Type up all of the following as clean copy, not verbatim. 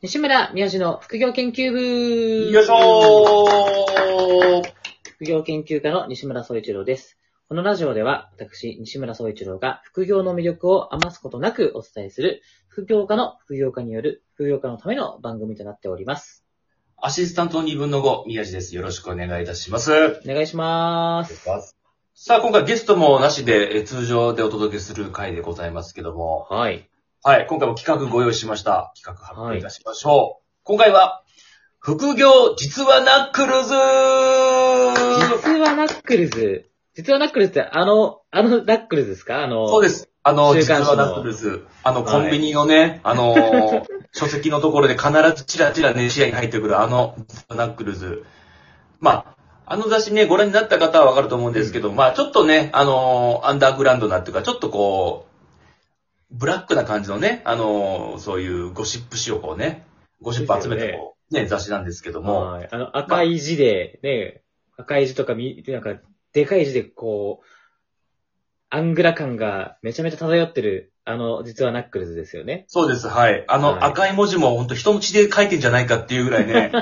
西村宮治の副業研究部。 よいしょー。 副業研究家の西村総一郎です。このラジオでは、私、西村総一郎が副業の魅力を余すことなくお伝えする、副業家の副業家による副業家のための番組となっております。 アシスタントの2分の5、宮治です。よろしくお願いいたします。 お願いします。 さあ、今回ゲストもなしで、通常でお届けする回でございますけども。 はい。 はい、今回も企画ご用意しました。企画発表いたしましょう。今回は、副業実はナックルズ実はナックルズ。実はナックルズってナックルズですかそうです。実はナックルズ。コンビニのね、書籍のところで必ずチラチラね、視野に入ってくる実はナックルズ。まあ、雑誌ね、ご覧になった方はわかると思うんですけど、まあ、ちょっとね、アンダーグラウンドなっていうか、ちょっとこう、ブラックな感じのね、そういうゴシップ誌をこうね、ゴシップ集めたこう、ね、雑誌なんですけども。 はい。赤い字で、ね、赤い字とかなんか、でかい字でこう、アングラ感がめちゃめちゃ漂ってる、実はナックルズですよね。 そうです、はい。赤い文字も本当人の血で書いてんじゃないかっていうぐらいね。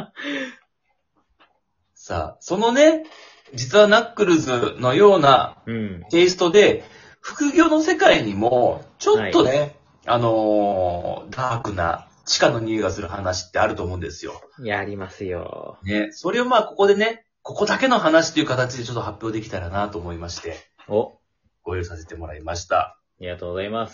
さあ、そのね、実はナックルズのようなテイストで、副業の世界にも、ちょっとね、ダークな地下の匂いがする話ってあると思うんですよ。 いや、ありますよ。 ね、それをまあここでね、ここだけの話という形でちょっと発表できたらなと思いまして、ご用意させてもらいました。 ありがとうございます。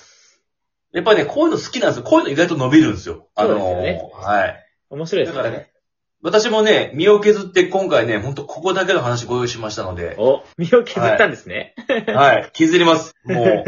やっぱりね、こういうの好きなんですよ。こういうの意外と伸びるんですよ。 そうですよね。 はい。 面白いですね。 だからね、私もね、身を削って今回ね、ほんとここだけの話ご用意しましたので。 身を削ったんですね。 はい、削ります。もう。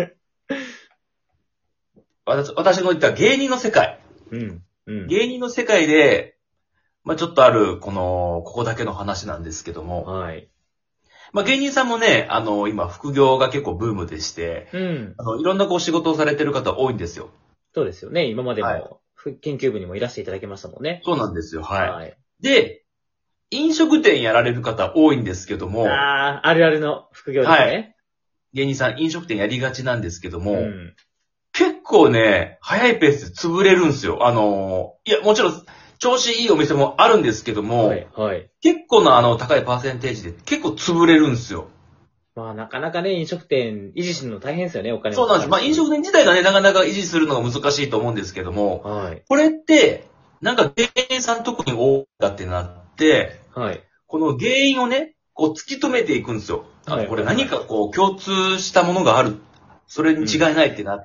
私の言った芸人の世界。芸人の世界で、まあちょっとある、ここだけの話なんですけども。 はい。 まあ芸人さんもね、今副業が結構ブームでして、いろんなこう仕事をされてる方多いんですよ。 そうですよね。今までも、研究部にもいらしていただきましたもんね。 そうなんですよ。はい。で、飲食店やられる方多いんですけども。 あるあるの副業ですね。はい。 芸人さん飲食店やりがちなんですけども、結構ね、早いペースで潰れるんですよ。いや、もちろん、調子いいお店もあるんですけども、結構な高いパーセンテージで結構潰れるんですよ。 まあ、なかなかね、飲食店維持するの大変ですよね、お金そうなんです。まあ、飲食店自体がね、なかなか維持するのが難しいと思うんですけども、これって、なんか芸人さん特に多かってなって、この原因をね、こう突き止めていくんですよ。これ何かこう共通したものがある。それに違いないってなって、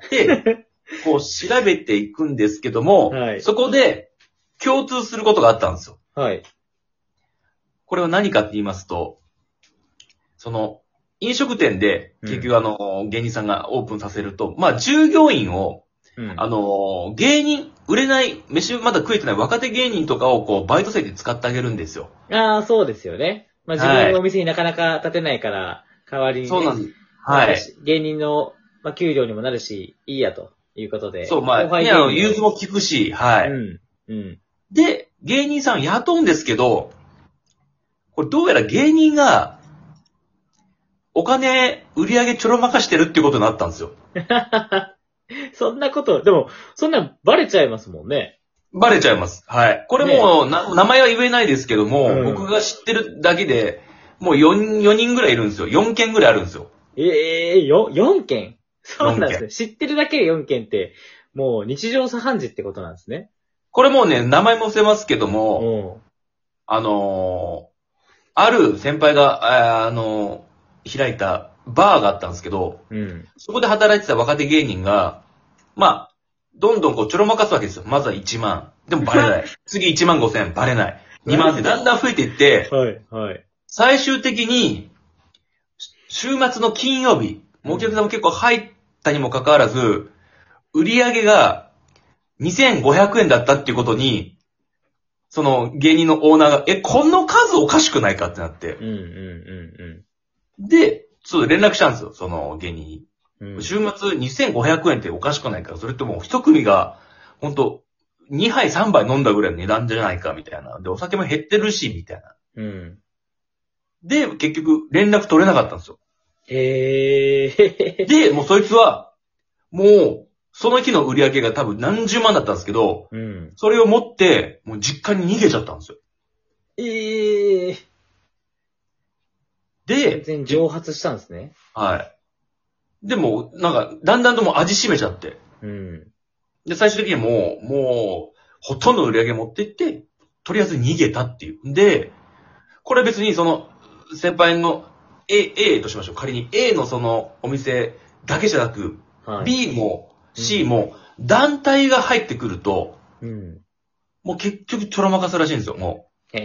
こう調べていくんですけども、そこで共通することがあったんですよ。これは何かって言いますと、その、飲食店で、結局芸人さんがオープンさせると、まあ従業員を、芸人、売れない、飯まだ食えてない若手芸人とかをこう、バイト生で使ってあげるんですよ。 ああ、そうですよね。まあ自分のお店になかなか立てないから、代わりにね。 そうなんです。はい。 芸人の、まあ、給料にもなるし、いいやということで。 そう、まあ、ね、融通も効くし、はい。で、芸人さん雇うんですけど、これどうやら芸人が、お金、売り上げちょろまかしてるっていうことになったんですよ。 そんなこと、でも、そんなバレちゃいますもんね。 バレちゃいます。はい。これもう、名前は言えないですけども、僕が知ってるだけで、もう4人ぐらいいるんですよ。4件ぐらいあるんですよ。 4件そうなんですね。知ってるだけで4件って、もう日常茶飯事ってことなんですね。 これもうね、名前も伏せますけども、ある先輩が、開いたバーがあったんですけど、そこで働いてた若手芸人が、まあ、どんどんこうちょろまかすわけですよ。まずは1万。でもバレない。次1万5千、バレない。2万ってだんだん増えていって、最終的に、週末の金曜日、お客さんも結構入ったにもかかわらず、売り上げが2500円だったっていうことに、その芸人のオーナーが、この数おかしくないかってなって。で、ちょっと連絡したんですよ、その芸人に。週末2500円っておかしくないか、それとも一組が、ほんと、2杯3杯飲んだぐらいの値段じゃないか、みたいな。で、お酒も減ってるし、みたいな。で、結局、連絡取れなかったんですよ。で、もうそいつは、もう、 その日の売り上げが多分何十万だったんですけど、それを持って、もう実家に逃げちゃったんですよ。で、 全然蒸発したんですね。 はい。でも、なんか、だんだんともう味しめちゃって。で、最終的にもう、ほとんどの売り上げ持っていって、とりあえず逃げたっていう。で、これ別にその、先輩の A としましょう。仮に A のそのお店だけじゃなく、B も C も団体が入ってくると、もう結局ちょろまかすらしいんですよ、もう。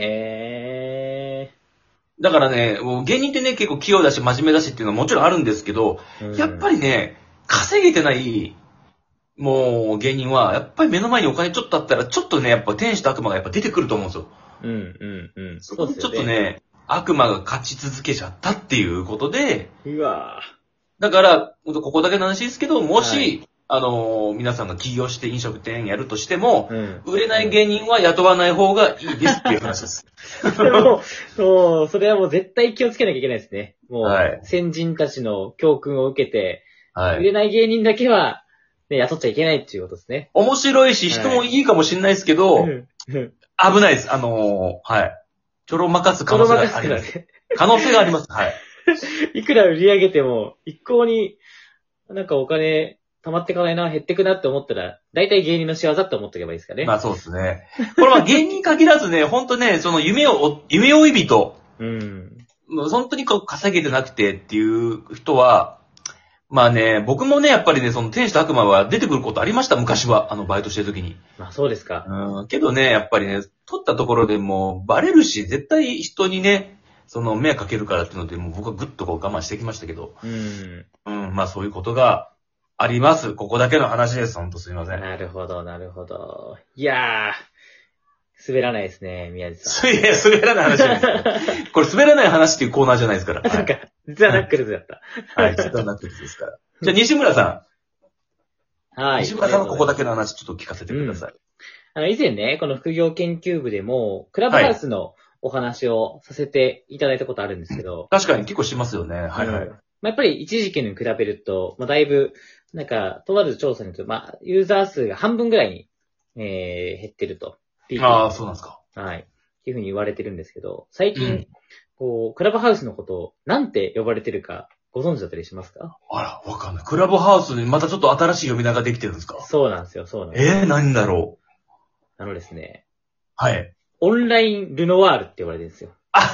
だからね、もう芸人ってね、結構器用だし真面目だしっていうのはもちろんあるんですけど、やっぱりね、稼げてない、もう芸人は、やっぱり目の前にお金ちょっとあったら、ちょっとね、やっぱ天使と悪魔がやっぱ出てくると思うんですよ。そこでちょっとね、悪魔が勝ち続けちゃったっていうことで、だから、ここだけの話ですけど、もし、皆さんが起業して飲食店やるとしても、売れない芸人は雇わない方がいいですっていう話です。 でも、それはもう絶対気をつけなきゃいけないですね。もう、先人たちの教訓を受けて、売れない芸人だけは、ね、雇っちゃいけないっていうことですね。 面白いし、人もいいかもしれないですけど、危ないです。ちょろまかす可能性があります。可能性があります。 いくら売り上げても、一向になんかお金溜まってかないな、減ってくなって思ったら、大体芸人の仕業って思っておけばいいですかね。 まあそうですね。これは芸人に限らずね、ほんとね、その夢追い人。本当に稼げてなくてっていう人は、まあね、僕もね、やっぱりね、その天使と悪魔は出てくることありました、昔は。バイトしてる時に。 まあそうですか。 けどね、やっぱりね、取ったところでもうバレるし、絶対人にね、その迷惑かけるからっていうので、もう僕はぐっと我慢してきましたけど。まあそういうことがあります。ここだけの話です。ほんとすいません。 なるほど、なるほど。いやー、滑らないですね、宮地さん。いや、滑らない話じゃないですか。これ滑らない話っていうコーナーじゃないですから。 なんか、実はナックルズだった。 実はナックルズですから。じゃあ西村さん。西村さんはここだけの話ちょっと聞かせてください。以前ね、この副業研究部でも、クラブハウスのお話をさせていただいたことあるんですけど。 確かに結構しますよね。 やっぱり一時期に比べると、だいぶ、なんか、とある調査によると、ユーザー数が半分ぐらいに、減ってると。 ああ、そうなんですか。 っていうふうに言われてるんですけど、最近、クラブハウスのことをなんて呼ばれてるかご存知だったりしますか？ あら、わかんない。クラブハウスにまたちょっと新しい呼び名ができてるんですか？ そうなんですよ、そうなんですよ。 何だろう。ですね。 オンラインルノワールって言われてるんですよ。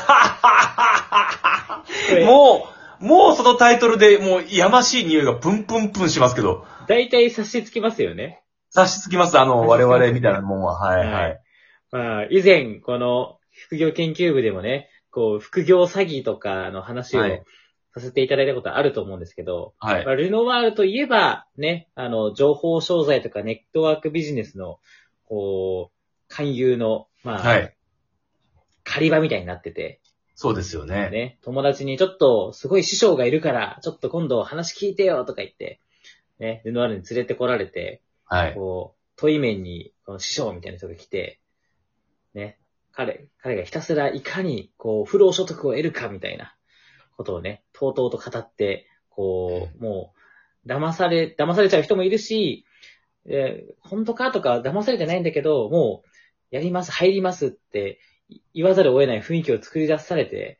もうそのタイトルでもうやましい匂いがプンプンプンしますけど。 大体察しつきますよね。 察しつきます、我々みたいなもんは。 以前、この副業研究部でもね、副業詐欺とかの話をさせていただいたことあると思うんですけど、ルノワールといえば、ね、情報商材とかネットワークビジネスの、勧誘の、狩り場みたいになってて。 そうですよね。 友達にちょっとすごい師匠がいるから、ちょっと今度話聞いてよとか言って、ね、ルノワールに連れてこられて、問い面に師匠みたいな人が来て、ね、彼がひたすらいかに、不労所得を得るかみたいなことをね、とうとうと語って、もう、騙されちゃう人もいるし、本当かとか騙されてないんだけど、もう、やります、入りますって言わざるを得ない雰囲気を作り出されて、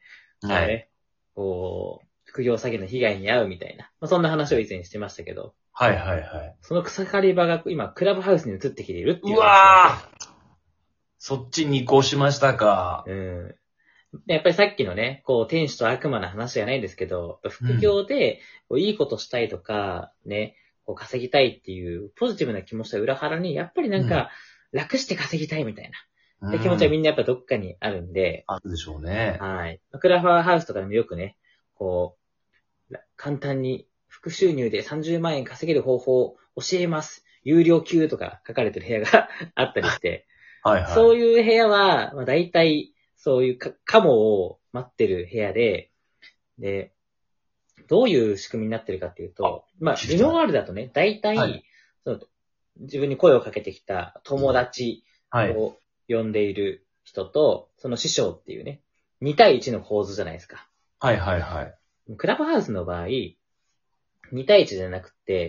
副業詐欺の被害に遭うみたいな、そんな話を以前してましたけど、その草刈り場が今、クラブハウスに移ってきているっていう。 うわー！そっちに移行しましたか。 やっぱりさっきのね、天使と悪魔の話じゃないんですけど、副業でいいことしたいとか、ね、稼ぎたいっていうポジティブな気持ちと裏腹に、やっぱりなんか、楽して稼ぎたいみたいな、気持ちはみんなやっぱどっかにあるんで。 あるでしょうね。 クラブハウスとかでもよくね、簡単に副収入で30万円稼げる方法を教えます。有料級とか書かれてる部屋があったりして、そういう部屋は、大体、そういうカモを待ってる部屋で、どういう仕組みになってるかっていうと、ルノワールだとね、大体、自分に声をかけてきた友達を呼んでいる人と、その師匠っていうね、2対1の構図じゃないですか。クラブハウスの場合、2対1じゃなくて、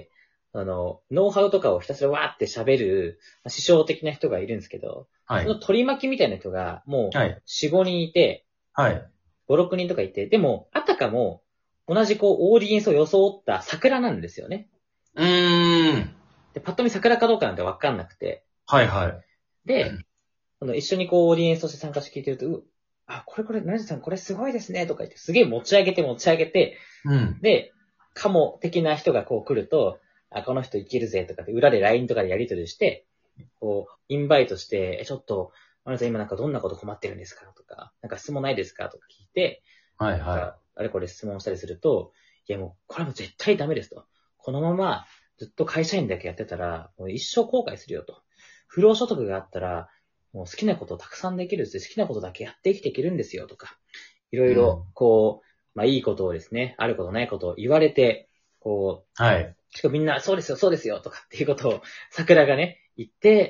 ノウハウとかをひたすらわーって喋る、師匠的な人がいるんですけど、はい。その取り巻きみたいな人が、もう、4、5人いて、はい。5、6人とかいて、でも、あたかも、同じオーディエンスを装った桜なんですよね。で、パッと見桜かどうかなんてわかんなくて。はいはい。で、一緒にオーディエンスとして参加して聞いてると、これ、成田さんこれすごいですね、とか言って、すげえ持ち上げて、で、カモ的な人が来ると、この人いけるぜ、とかって、裏で LINE とかでやり取りして、インバイトして、ちょっと、成田さん今どんなこと困ってるんですかとか、質問ないですかとか聞いて、はいはい。あれこれ質問したりすると、いやもう、これはもう絶対ダメですと。このまま、ずっと会社員だけやってたら、もう一生後悔するよと。不労所得があったら、もう好きなことをたくさんできるし、好きなことだけやって生きていけるんですよとか、いろいろ、いいことをですね、あることないことを言われて、はい。しかもみんな、そうですよ、そうですよ、とかっていうことを、桜がね、言って、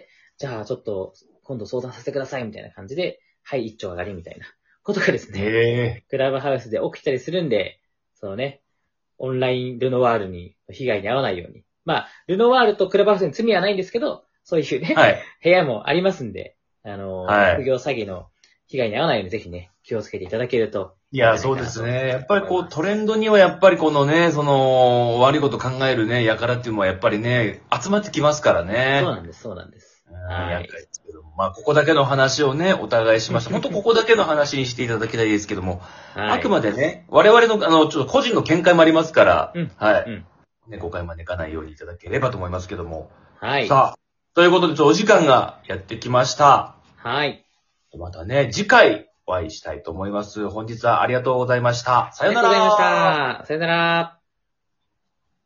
じゃあちょっと、今度相談させてください、みたいな感じで、はい、一丁上がり、みたいなことがですね、クラブハウスで起きたりするんで、そのね、オンラインルノワールに、被害に遭わないように。ルノワールとクラブハウスに罪はないんですけど、そういうね、はい、部屋もありますんで、副業詐欺の被害に遭わないようにぜひね、気をつけていただけると。いや、そうですね。やっぱりトレンドにはやっぱりこのね、悪いこと考えるね、輩っていうのはやっぱりね、集まってきますからね。そうなんです、そうなんです。はい。厄介ですけども。ここだけの話をね、お互いしました。本当ここだけの話にしていただきたいですけども、はい、あくまでね、我々の、ちょっと個人の見解もありますから、はい。ね、誤解までいかないようにいただければと思いますけども。はい。さあ、ということで、お時間がやってきました。はい。またね、次回お会いしたいと思います。本日はありがとうございました。さよなら。ありがとうございました。さよなら。